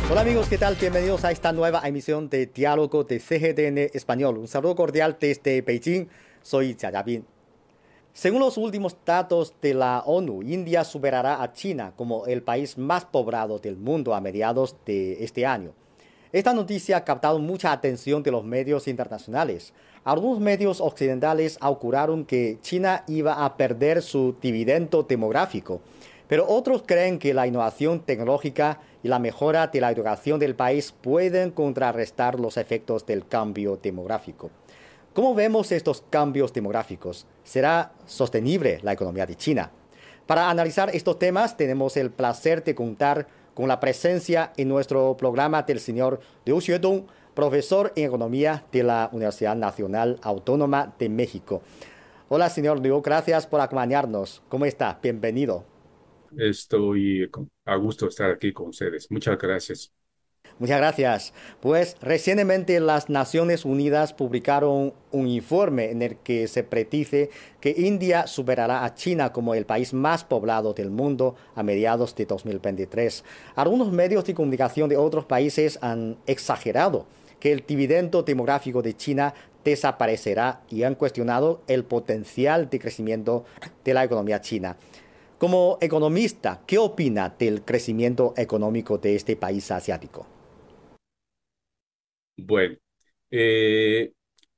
Hola amigos, ¿qué tal? Bienvenidos a esta nueva emisión de Diálogo de CGTN Español. Un saludo cordial desde Beijing. Soy Jia Yapin. Según los últimos datos de la ONU, India superará a China como el país más poblado del mundo a mediados de este año. Esta noticia ha captado mucha atención de los medios internacionales. Algunos medios occidentales auguraron que China iba a perder su dividendo demográfico, pero otros creen que la innovación tecnológica y la mejora de la educación del país pueden contrarrestar los efectos del cambio demográfico. ¿Cómo vemos estos cambios demográficos? ¿Será sostenible la economía de China? Para analizar estos temas tenemos el placer de contar con la presencia en nuestro programa del señor Liu Xuedong, profesor en economía de la Universidad Nacional Autónoma de México. Hola, señor Liu, gracias por acompañarnos. ¿Cómo está? Bienvenido. Estoy a gusto de estar aquí con ustedes. Muchas gracias. Muchas gracias. Pues recientemente las Naciones Unidas publicaron un informe en el que se predice que India superará a China como el país más poblado del mundo a mediados de 2023. Algunos medios de comunicación de otros países han exagerado que el dividendo demográfico de China desaparecerá y han cuestionado el potencial de crecimiento de la economía china. Como economista, ¿qué opina del crecimiento económico de este país asiático? Bueno, eh,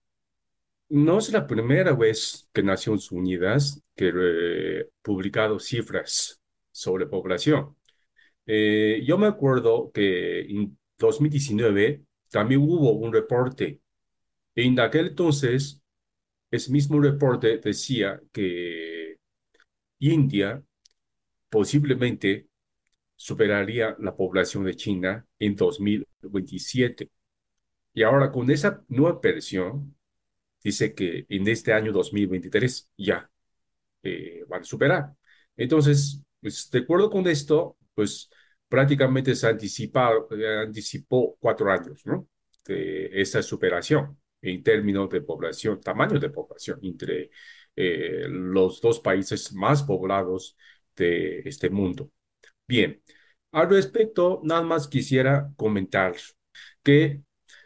no es la primera vez que Naciones Unidas que publicado cifras sobre población. Yo me acuerdo que en 2019 también hubo un reporte. En aquel entonces, ese mismo reporte decía que India posiblemente superaría la población de China en 2027. Y ahora con esa nueva versión, dice que en este año 2023 ya van a superar. Entonces, pues, de acuerdo con esto, pues prácticamente se anticipó 4 años, ¿no? De esa superación en términos de población, tamaño de población entre los dos países más poblados de este mundo. Bien, al respecto, nada más quisiera comentar que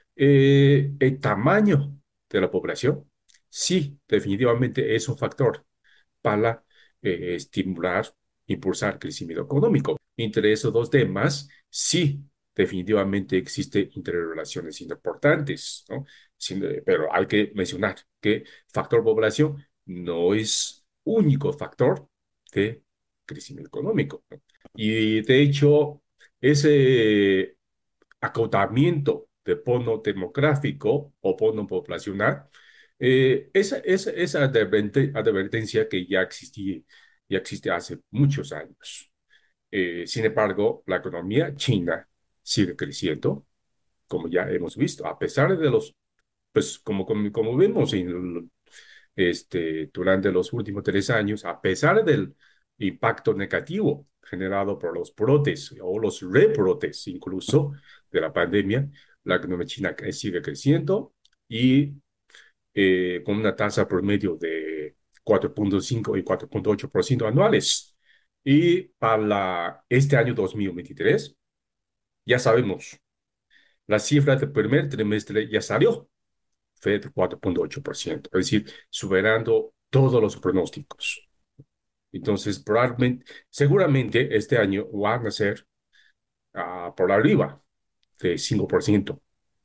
el tamaño de la población, sí, definitivamente es un factor para estimular, impulsar el crecimiento económico. Entre esos dos temas, sí, definitivamente existen interrelaciones importantes, ¿no? Pero hay que mencionar que factor población no es único factor de crecimiento económico, ¿no? Y de hecho, ese acotamiento de bono demográfico o bono poblacional, esa advertencia que ya existe hace muchos años. Sin embargo, la economía china sigue creciendo, como ya hemos visto, a pesar de pues como vemos durante los últimos 3 años, a pesar del impacto negativo generado por los brotes o los rebrotes incluso de la pandemia, la economía china sigue creciendo y con una tasa promedio de 4,5 y 4,8% anuales. Y para este año 2023, ya sabemos, la cifra del primer trimestre ya salió, fue de 4,8%, es decir, superando todos los pronósticos. Entonces, seguramente este año van a ser por arriba de 5%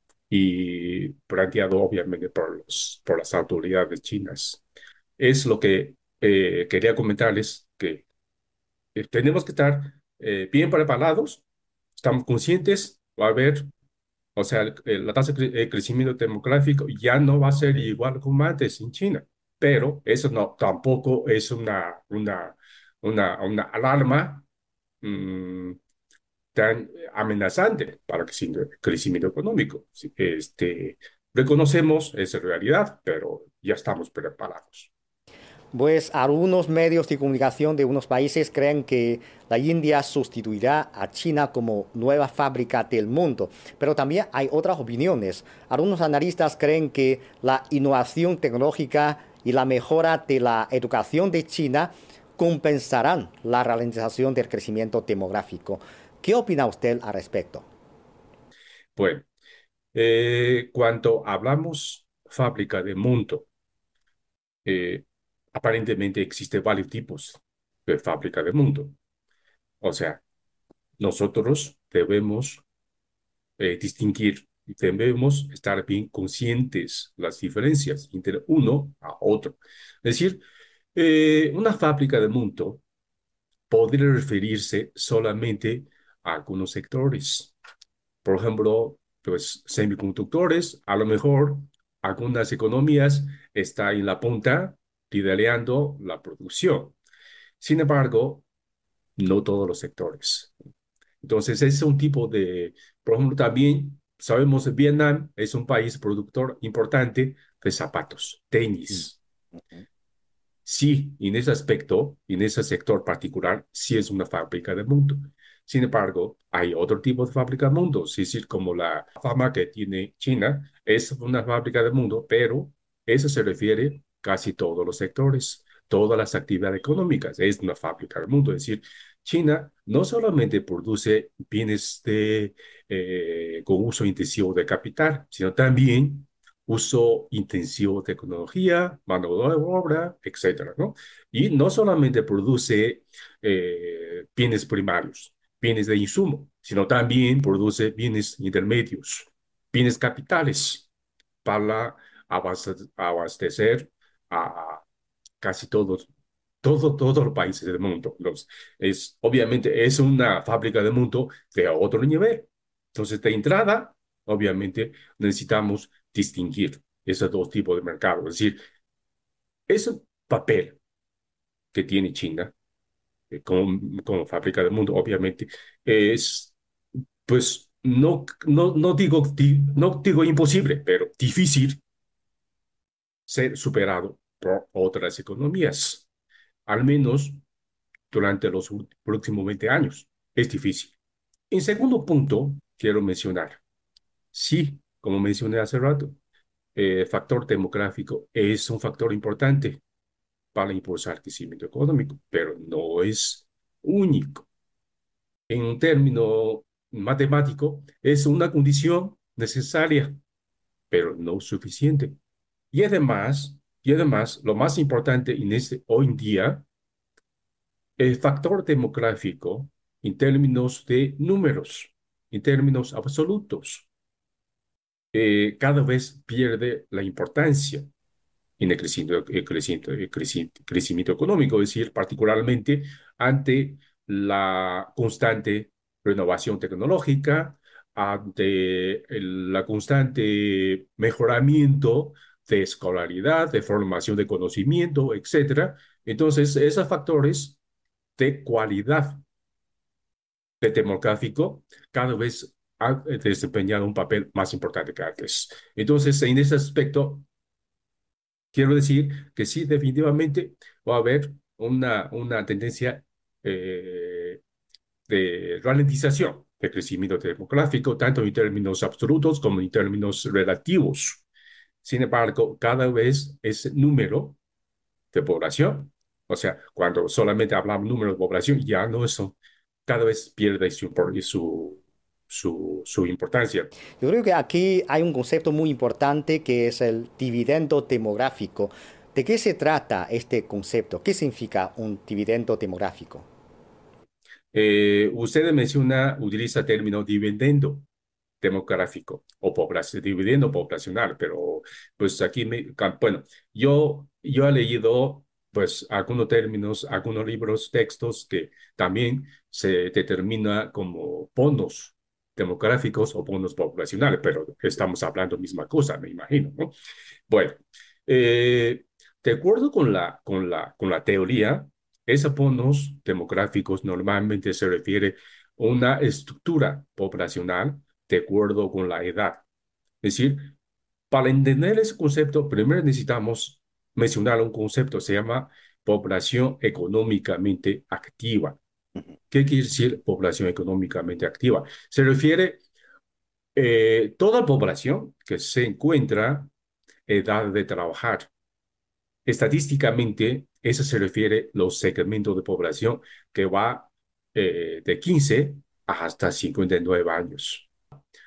y planteado obviamente por las autoridades chinas. Es lo que quería comentarles, que tenemos que estar bien preparados, estamos conscientes, va a haber, o sea, la tasa de crecimiento demográfico ya no va a ser igual como antes en China, pero eso no, tampoco es una alarma mm, tan amenazante para el crecimiento económico. Sí, reconocemos esa realidad, pero ya estamos preparados. Pues algunos medios de comunicación de unos países creen que la India sustituirá a China como nueva fábrica del mundo, pero también hay otras opiniones. Algunos analistas creen que la innovación tecnológica y la mejora de la educación de China compensarán la ralentización del crecimiento demográfico. ¿Qué opina usted al respecto? Bueno, cuando hablamos fábrica de mundo, eh, aparentemente existe varios tipos de fábrica de mundo. O sea, nosotros debemos distinguir, debemos estar bien conscientes las diferencias entre uno a otro. Es decir, una fábrica de mundo podría referirse solamente a algunos sectores. Por ejemplo, pues semiconductores, a lo mejor algunas economías están en la punta liderando la producción. Sin embargo, no todos los sectores. Entonces, ese es un tipo de, por ejemplo, también sabemos que Vietnam es un país productor importante de zapatos, Mm, tenis. ujú, Sí, en ese aspecto, en ese sector particular, sí es una fábrica del mundo. Sin embargo, hay otro tipo de fábrica del mundo, es decir, como la fama que tiene China, es una fábrica del mundo, pero eso se refiere casi todos los sectores, todas las actividades económicas, es una fábrica del mundo. Es decir, China no solamente produce bienes con uso intensivo de capital, sino también uso intensivo de tecnología, mano de obra, etcétera, ¿no? Y no solamente produce bienes primarios, bienes de insumo, sino también produce bienes intermedios, bienes capitales para abastecer a casi todos los países del mundo. Obviamente es una fábrica del mundo de otro nivel. Entonces, de entrada, obviamente necesitamos distinguir esos dos tipos de mercados. Es decir, ese papel que tiene China como fábrica del mundo, obviamente, es, pues, no digo imposible, pero difícil ser superado por otras economías, al menos durante los próximos 20 años. Es difícil. En segundo punto, quiero mencionar, sí, como mencioné hace rato, factor demográfico es un factor importante para impulsar el crecimiento económico, pero no es único. En un término matemático, es una condición necesaria, pero no suficiente. Y además, lo más importante hoy en día, el factor demográfico en términos de números, en términos absolutos, cada vez pierde la importancia en el crecimiento económico, es decir, particularmente ante la constante renovación tecnológica, ante la constante mejoramiento de escolaridad, de formación de conocimiento, etcétera. Entonces, esos factores de cualidad de demográfico cada vez han desempeñado un papel más importante que antes. Entonces, en ese aspecto, quiero decir que sí, definitivamente va a haber una tendencia eh, de ralentización del crecimiento demográfico, tanto en términos absolutos como en términos relativos. Sin embargo, cada vez ese número de población, o sea, cuando solamente hablamos número de población, ya no eso, cada vez pierde su importancia. Yo creo que aquí hay un concepto muy importante que es el dividendo demográfico. ¿De qué se trata este concepto? ¿Qué significa un dividendo demográfico? Usted utiliza el término dividendo demográfico o población, dividendo poblacional, pero pues aquí, bueno, yo he leído pues algunos términos, algunos libros, textos que también se determina como bonos demográficos o bonos poblacionales, pero estamos hablando misma cosa, me imagino, ¿no? Bueno, eh, de acuerdo con la teoría, esos bonos demográficos normalmente se refiere a una estructura poblacional de acuerdo con la edad. Es decir, para entender ese concepto, primero necesitamos mencionar un concepto, se llama población económicamente activa. ¿Qué quiere decir población económicamente activa? Se refiere toda población que se encuentra edad de trabajar. Estadísticamente, eso se refiere a los segmentos de población que va de 15 hasta 59 años.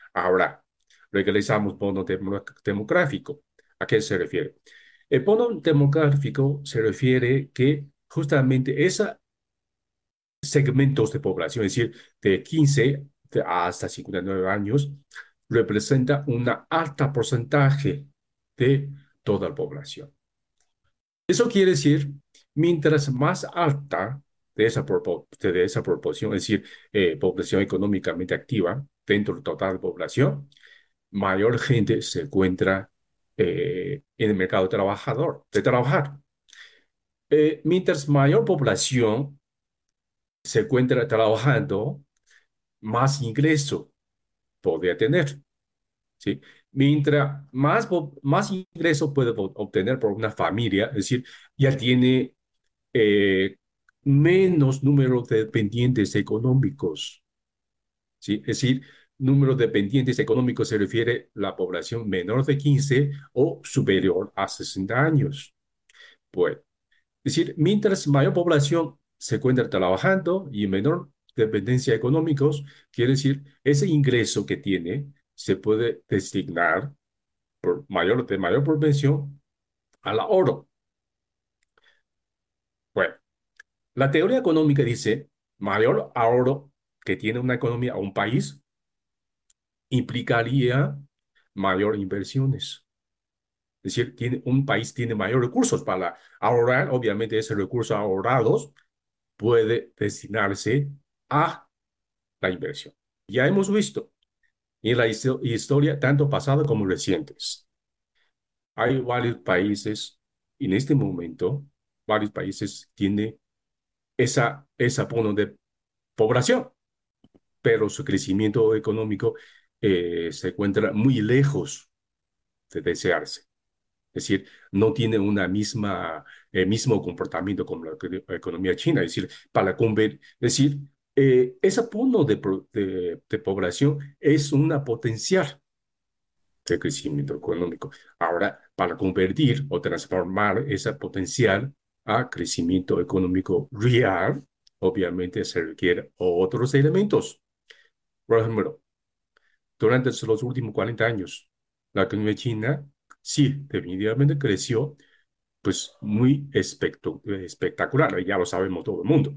Ahora, regresamos al bono demográfico. ¿A qué se refiere? El bono demográfico se refiere que justamente esos segmentos de población, es decir, de 15 hasta 59 años, representa un alto porcentaje de toda la población. Eso quiere decir, mientras más alta de esa proporción, es decir, población económicamente activa dentro del total de población, mayor gente se encuentra en el mercado trabajador, de trabajar. Mientras mayor población se encuentra trabajando, más ingreso podría tener, ¿sí? Mientras más ingreso puede obtener por una familia, es decir, ya tiene eh, menos número de dependientes económicos, ¿sí? Es decir, número de dependientes económicos se refiere a la población menor de 15 o superior a 60 años. Pues, es decir, mientras mayor población se encuentra trabajando y menor dependencia económicos, quiere decir, ese ingreso que tiene se puede designar de mayor propensión al ahorro. Bueno, la teoría económica dice, mayor ahorro que tiene una economía o un país implicaría mayor inversiones. Es decir, un país tiene mayores recursos para ahorrar, obviamente esos recursos ahorrados puede destinarse a la inversión. Ya hemos visto en la historia, tanto pasada como recientes, hay varios países, en este momento, varios países tienen esa bono de población, pero su crecimiento económico se encuentra muy lejos de desearse. Es decir, no tiene mismo comportamiento como la economía china. Es decir, es decir, ese bono de población es una potencial de crecimiento económico. Ahora, para convertir o transformar esa potencial a crecimiento económico real, obviamente se requieren otros elementos. Por ejemplo, durante los últimos 40 años, la economía china sí, definitivamente creció pues muy espectacular, ya lo sabemos todo el mundo.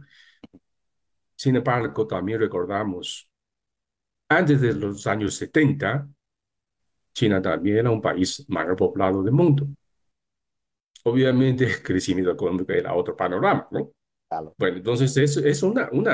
Sin embargo, también recordamos, antes de los años 70, China también era un país más poblado del mundo. Obviamente, el crecimiento económico era otro panorama, ¿no? Claro. Bueno, entonces es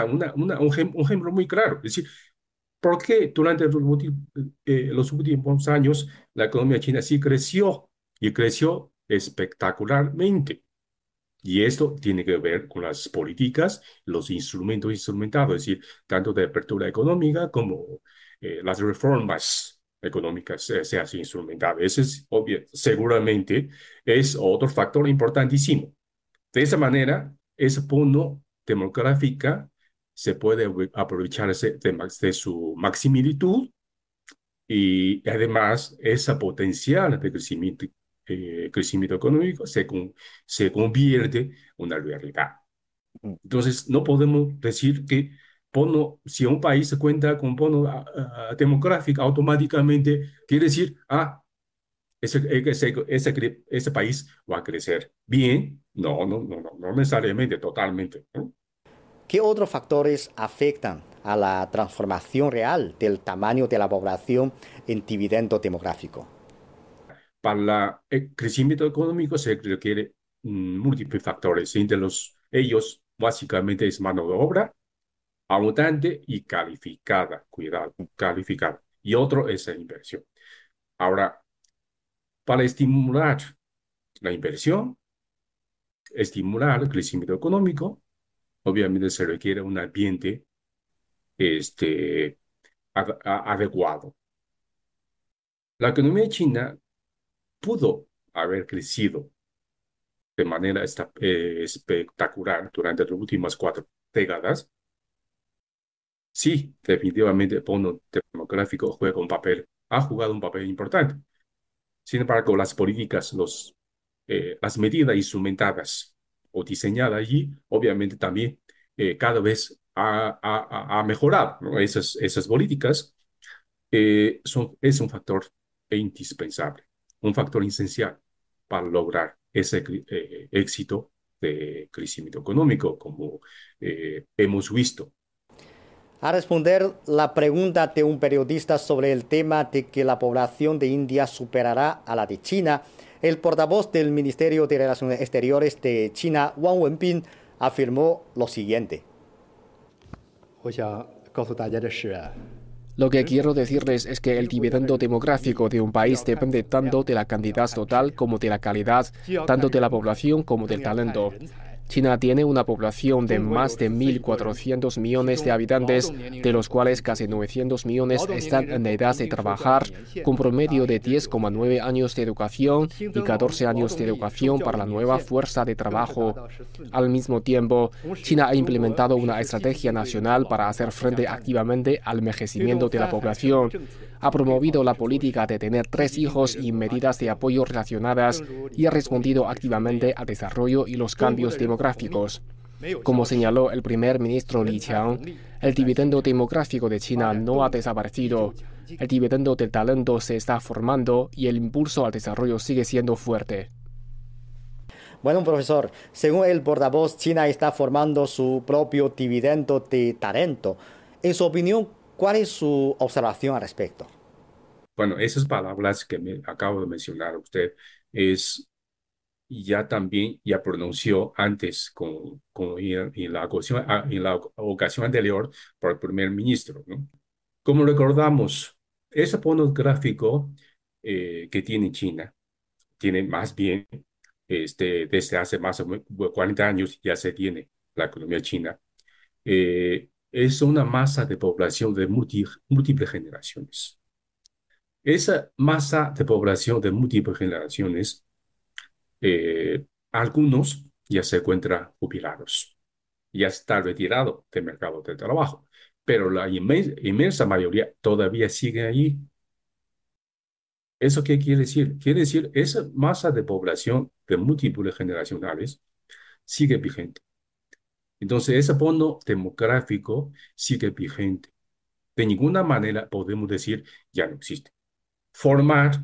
un ejemplo muy claro. Es decir, ¿por qué durante los últimos años la economía china sí creció y creció espectacularmente? Y esto tiene que ver con las políticas, los instrumentos instrumentados, es decir, tanto de apertura económica como las reformas económicas se hacen instrumentadas. Ese es obvio, seguramente es otro factor importantísimo. De esa manera, ese punto demográfica se puede aprovecharse de su maximilitud y además esa potencial de crecimiento económico se convierte en una realidad. Mm. Entonces, no podemos decir que si un país se cuenta con bono demográfico, automáticamente quiere decir, ese país va a crecer bien. No, no, no, no, no necesariamente, totalmente, ¿no? ¿Qué otros factores afectan a la transformación real del tamaño de la población en dividendo demográfico? Para el crecimiento económico se requiere múltiples factores. Entre ellos, básicamente es mano de obra abundante y calificada, cuidado, calificada. Y otro es la inversión. Ahora, para estimular la inversión, estimular el crecimiento económico, obviamente se requiere un ambiente este, adecuado. La economía china pudo haber crecido de manera espectacular durante las últimas 4 décadas. Sí, definitivamente el bono demográfico ha jugado un papel importante. Sin embargo, las políticas, las medidas instrumentadas o diseñadas allí, obviamente también cada vez ha mejorado, ¿no? Esas políticas. es un factor indispensable, un factor esencial para lograr ese éxito de crecimiento económico, como hemos visto. A responder la pregunta de un periodista sobre el tema de que la población de India superará a la de China, el portavoz del Ministerio de Relaciones Exteriores de China, Wang Wenbin, afirmó lo siguiente. Lo que quiero decirles es que el dividendo demográfico de un país depende tanto de la cantidad total como de la calidad, tanto de la población como del talento. China tiene una población de más de 1.400 millones de habitantes, de los cuales casi 900 millones están en edad de trabajar, con promedio de 10,9 años de educación y 14 años de educación para la nueva fuerza de trabajo. Al mismo tiempo, China ha implementado una estrategia nacional para hacer frente activamente al envejecimiento de la población. Ha promovido la política de tener 3 hijos y medidas de apoyo relacionadas y ha respondido activamente al desarrollo y los cambios demográficos. Como señaló el primer ministro Li Qiang, el dividendo demográfico de China no ha desaparecido. El dividendo del talento se está formando y el impulso al desarrollo sigue siendo fuerte. Bueno, profesor, según el portavoz, China está formando su propio dividendo de talento. En su opinión, ¿cuál es su observación al respecto? Bueno, esas palabras que me acabo de mencionar usted es ya pronunció antes en la ocasión anterior por el primer ministro, ¿no? Como recordamos, ese bono gráfico que tiene China, tiene más bien, desde hace más de 40 años ya se tiene la economía china, es una masa de población de múltiples generaciones. Esa masa de población de múltiples generaciones, eh, algunos ya se encuentran jubilados, ya está retirado del mercado de trabajo, pero la inmensa mayoría todavía sigue allí. ¿Eso qué quiere decir? Quiere decir, esa masa de población de múltiples generacionales sigue vigente. Entonces, ese bono demográfico sigue vigente. De ninguna manera podemos decir ya no existe. Formar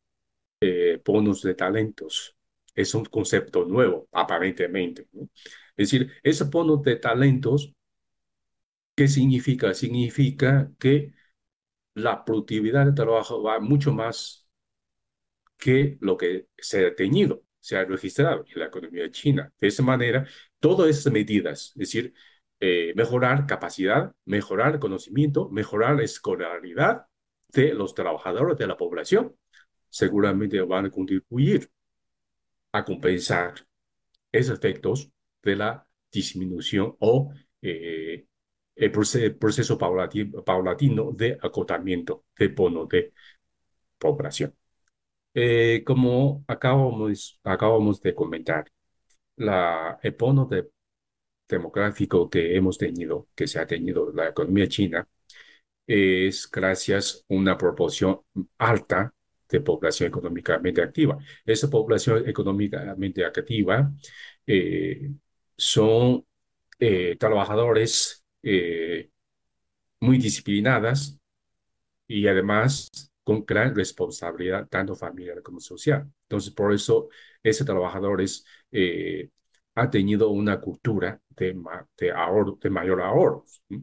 bonos de talentos es un concepto nuevo, aparentemente, ¿no? Es decir, ese bono de talentos, ¿qué significa? Significa que la productividad de trabajo va mucho más que lo que se ha registrado en la economía china. De esa manera, todas esas medidas, es decir, mejorar capacidad, mejorar conocimiento, mejorar la escolaridad de los trabajadores de la población, seguramente van a contribuir a compensar esos efectos de la disminución o el proceso paulatino de acotamiento del bono de población. Como acabamos de comentar, el bono demográfico que hemos tenido, que se ha tenido en la economía china, es gracias a una proporción alta de población económicamente activa. Esa población económicamente activa eh, son trabajadores muy disciplinadas y además con gran responsabilidad, tanto familiar como social. Entonces, por eso, esos trabajadores han tenido una cultura de ahorro, de mayor ahorro.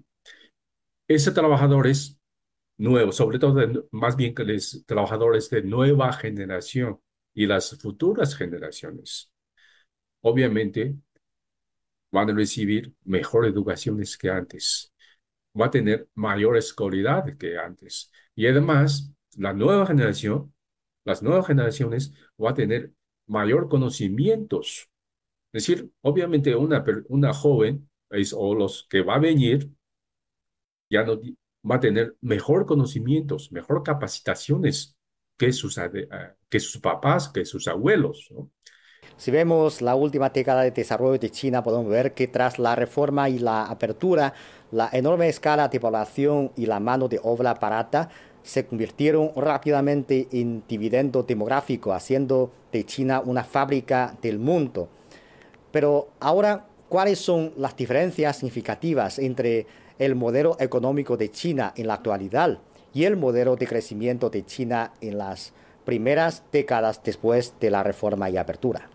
Esos trabajadores nuevos, sobre todo más bien que los trabajadores de nueva generación y las futuras generaciones, obviamente van a recibir mejor educaciones que antes, va a tener mayor escolaridad que antes. Y además, las nuevas generaciones van a tener mayor conocimientos. Es decir, obviamente una joven o los que va a venir ya no va a tener mejor conocimientos, mejor capacitaciones que sus papás, que sus abuelos, ¿no? Si vemos la última década de desarrollo de China, podemos ver que tras la reforma y la apertura, la enorme escala de población y la mano de obra barata se convirtieron rápidamente en dividendo demográfico, haciendo de China una fábrica del mundo. Pero ahora, ¿cuáles son las diferencias significativas entre el modelo económico de China en la actualidad y el modelo de crecimiento de China en las primeras décadas después de la reforma y apertura.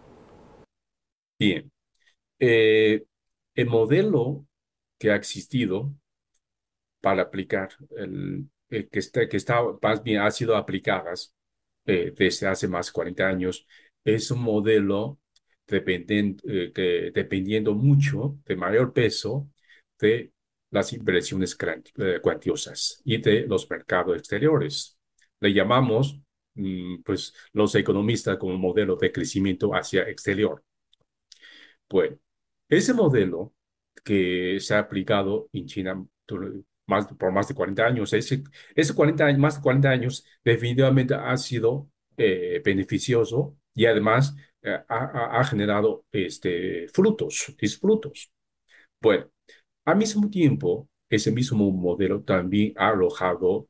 Bien, eh, el modelo que ha existido para aplicar, que está más bien ha sido aplicadas desde hace más de 40 años, es un modelo dependiendo mucho de mayor peso de las inversiones cuantiosas y de los mercados exteriores. Le llamamos, pues, los economistas como modelo de crecimiento hacia exterior. Bueno, ese modelo que se ha aplicado en China por más de 40 años, ese 40 años, más de 40 años definitivamente ha sido beneficioso y además ha generado disfrutos. Bueno, al mismo tiempo, ese mismo modelo también ha arrojado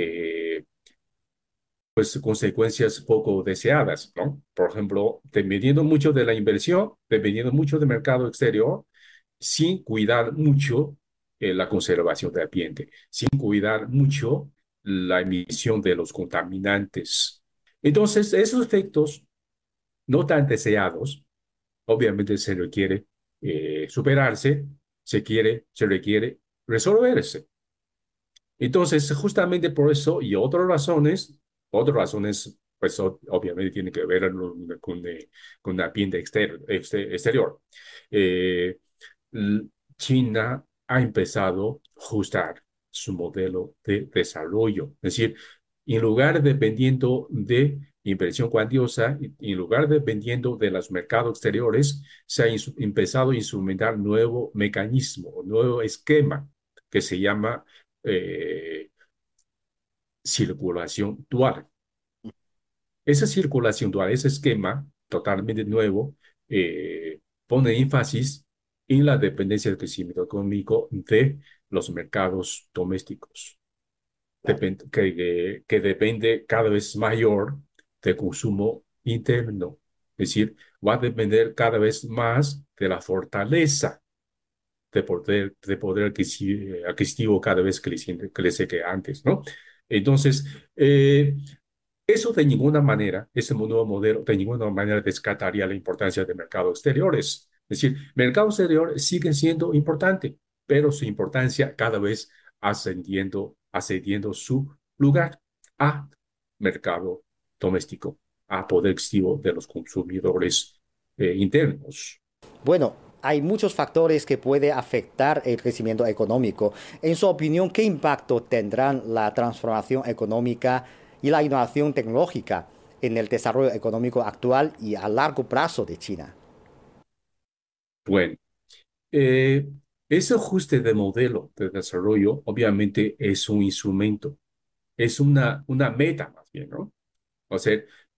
pues consecuencias poco deseadas, ¿no? Por ejemplo, dependiendo mucho de la inversión, dependiendo mucho del mercado exterior, sin cuidar mucho la conservación del ambiente, sin cuidar mucho la emisión de los contaminantes. Entonces, esos efectos no tan deseados, obviamente se requiere superarse, se requiere resolverse. Entonces, justamente por eso y otras razones, pues obviamente tienen que ver con el ambiente exterior. Eh, l- China ha empezado a ajustar su modelo de desarrollo, es decir, en lugar dependiendo de inversión cuantiosa, en lugar dependiendo de los mercados exteriores, se ha empezado a instrumentar nuevo mecanismo, nuevo esquema que se llama eh, circulación dual. Esa circulación dual, ese esquema totalmente nuevo, pone énfasis en la dependencia del crecimiento económico de los mercados domésticos, Claro. que depende cada vez mayor del consumo interno. Es decir, va a depender cada vez más de la fortaleza de poder adquisitivo cada vez crece que antes, ¿no? Entonces, eso de ninguna manera, ese nuevo modelo, de ninguna manera descartaría la importancia de mercados exteriores. Es decir, mercados exteriores siguen siendo importantes, pero su importancia cada vez ascendiendo su lugar a mercado doméstico, a poder adquisitivo de los consumidores internos. Bueno, hay muchos factores que pueden afectar el crecimiento económico. En su opinión, ¿qué impacto tendrán la transformación económica y la innovación tecnológica en el desarrollo económico actual y a largo plazo de China? Bueno, Eh, ese ajuste de modelo de desarrollo obviamente es un instrumento, es una meta más bien, ¿no? O sea,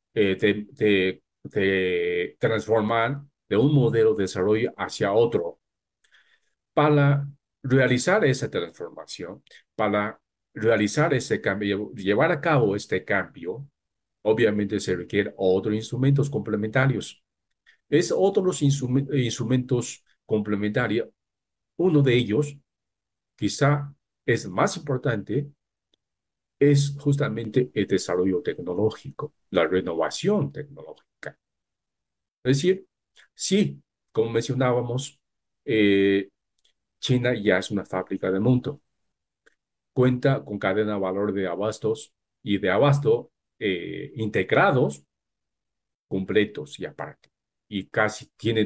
de transformar de un modelo de desarrollo hacia otro. Para realizar esa transformación, para realizar ese cambio, llevar a cabo este cambio, obviamente se requieren otros instrumentos complementarios. Es otros instrumentos complementarios. Uno de ellos quizá es más importante, es justamente el desarrollo tecnológico, la renovación tecnológica. Es decir, sí, como mencionábamos, eh, China ya es una fábrica de mundo, cuenta con cadena de valor de abastos y de abasto integrados, completos y aparte, y casi tiene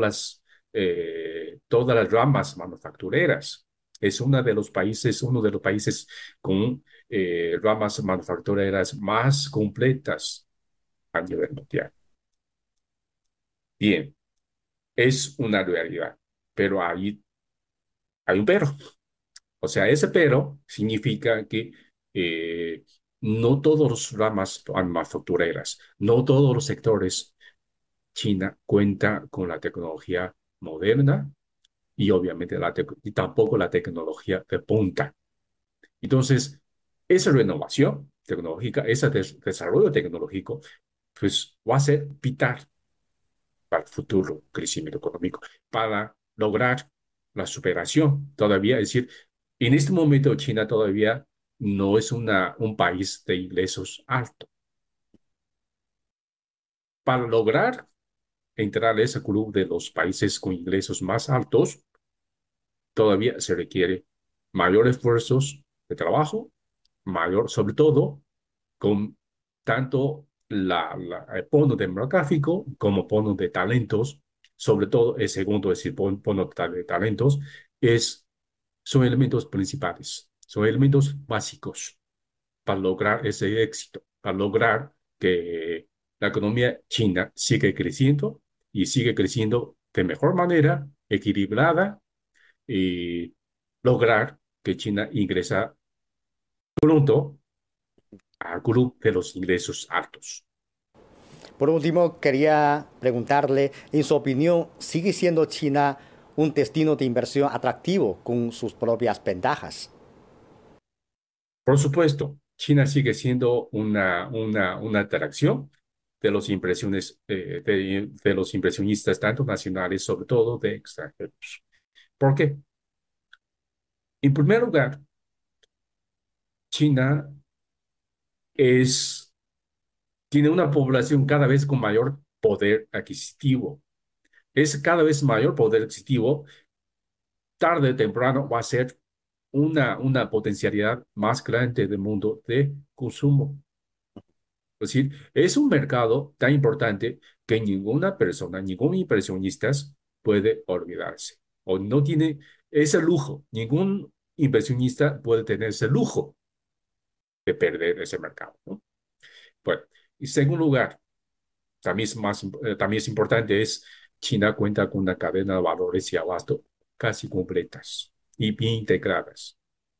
todas las ramas manufactureras. Es uno de los países con ramas manufactureras más completas a nivel mundial. Bien, es una realidad, pero hay un pero. O sea, ese pero significa que eh, no todos los ramas manufactureras, no todos los sectores China cuenta con la tecnología moderna y obviamente y tampoco la tecnología de punta. Entonces, esa renovación tecnológica, ese desarrollo tecnológico, pues va a ser vital para el futuro crecimiento económico, para lograr la superación todavía. Es decir, en este momento China todavía no es un país de ingresos altos. Para lograr entrar a ese club de los países con ingresos más altos, todavía se requiere mayor esfuerzos de trabajo, mayor, sobre todo, con tanto el bono demográfico como bono de talentos, sobre todo el segundo, es decir, bono de talentos, son elementos principales, son elementos básicos para lograr ese éxito, para lograr que la economía china siga creciendo y sigue creciendo de mejor manera, equilibrada, y lograr que China ingresa pronto al club de los ingresos altos. Por último, quería preguntarle, en su opinión, ¿sigue siendo China un destino de inversión atractivo con sus propias ventajas? Por supuesto, China sigue siendo una atracción de los de los inversionistas, tanto nacionales, sobre todo de extranjeros. ¿Por qué? En primer lugar, China tiene una población cada vez con mayor poder adquisitivo. Es cada vez mayor poder adquisitivo, tarde o temprano va a ser una potencialidad más grande del mundo de consumo. Es decir, es un mercado tan importante que ninguna persona, ningún inversionista puede olvidarse. O no tiene ese lujo. Ningún inversionista puede tener ese lujo de perder ese mercado, ¿no? Bueno, en segundo lugar, también es importante, China cuenta con una cadena de valores y abasto casi completas y bien integradas.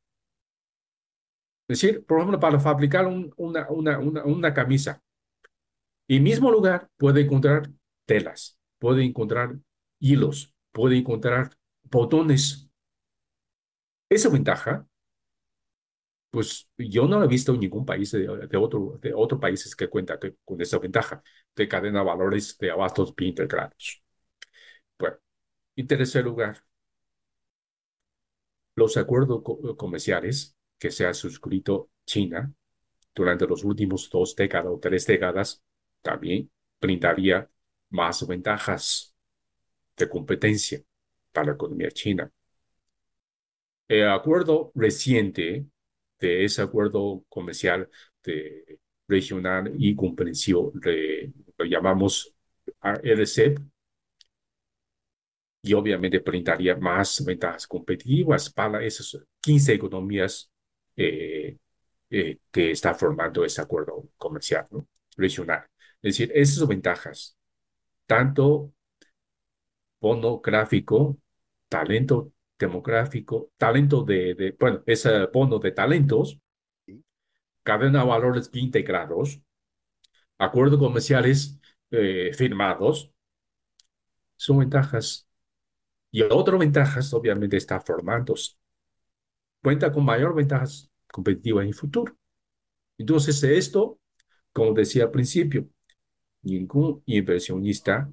Es decir, por ejemplo, para fabricar una camisa, en el mismo lugar puede encontrar telas, puede encontrar hilos, puede encontrar botones. Esa ventaja, pues yo no he visto en ningún país de otros países que cuenta con esa ventaja de cadena de valores de abastos bien integrados. Bueno, en tercer lugar, los acuerdos comerciales que se ha suscrito China durante los últimos 2 décadas o 3 décadas también brindaría más ventajas de competencia para la economía china. El acuerdo reciente de ese acuerdo comercial regional y comprensivo, lo llamamos RCEP, y obviamente brindaría más ventajas competitivas para esas 15 economías que está formando ese acuerdo comercial, ¿no? Regional. Es decir, esas ventajas, tanto bono gráfico, talento demográfico, bueno, ese bono de talentos, cadena de valores bien integrados, acuerdos comerciales firmados, son ventajas. Y otras ventajas, obviamente, está formándose. Cuenta con mayor ventajas competitivas en el futuro. Entonces, esto, como decía al principio, ningún inversionista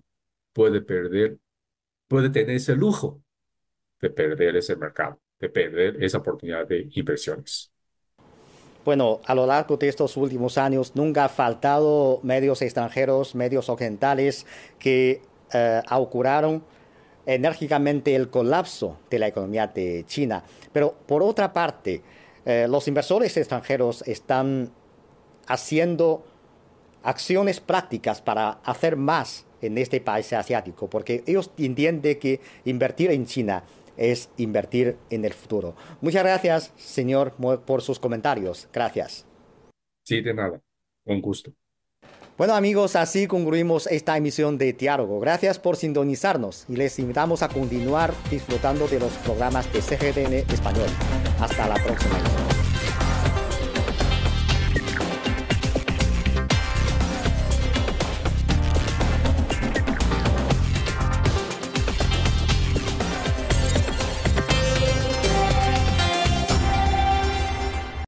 puede tener ese lujo de perder ese mercado, de perder esa oportunidad de inversiones. Bueno, a lo largo de estos últimos años nunca ha faltado medios extranjeros, medios occidentales que auguraron enérgicamente el colapso de la economía de China. Pero por otra parte, los inversores extranjeros están haciendo acciones prácticas para hacer más en este país asiático, porque ellos entienden que invertir en China es invertir en el futuro. Muchas gracias, señor, por sus comentarios. Gracias. Sí, de nada. Un gusto. Bueno, amigos, así concluimos esta emisión de Diálogo. Gracias por sintonizarnos y les invitamos a continuar disfrutando de los programas de CGTN Español. Hasta la próxima emisión.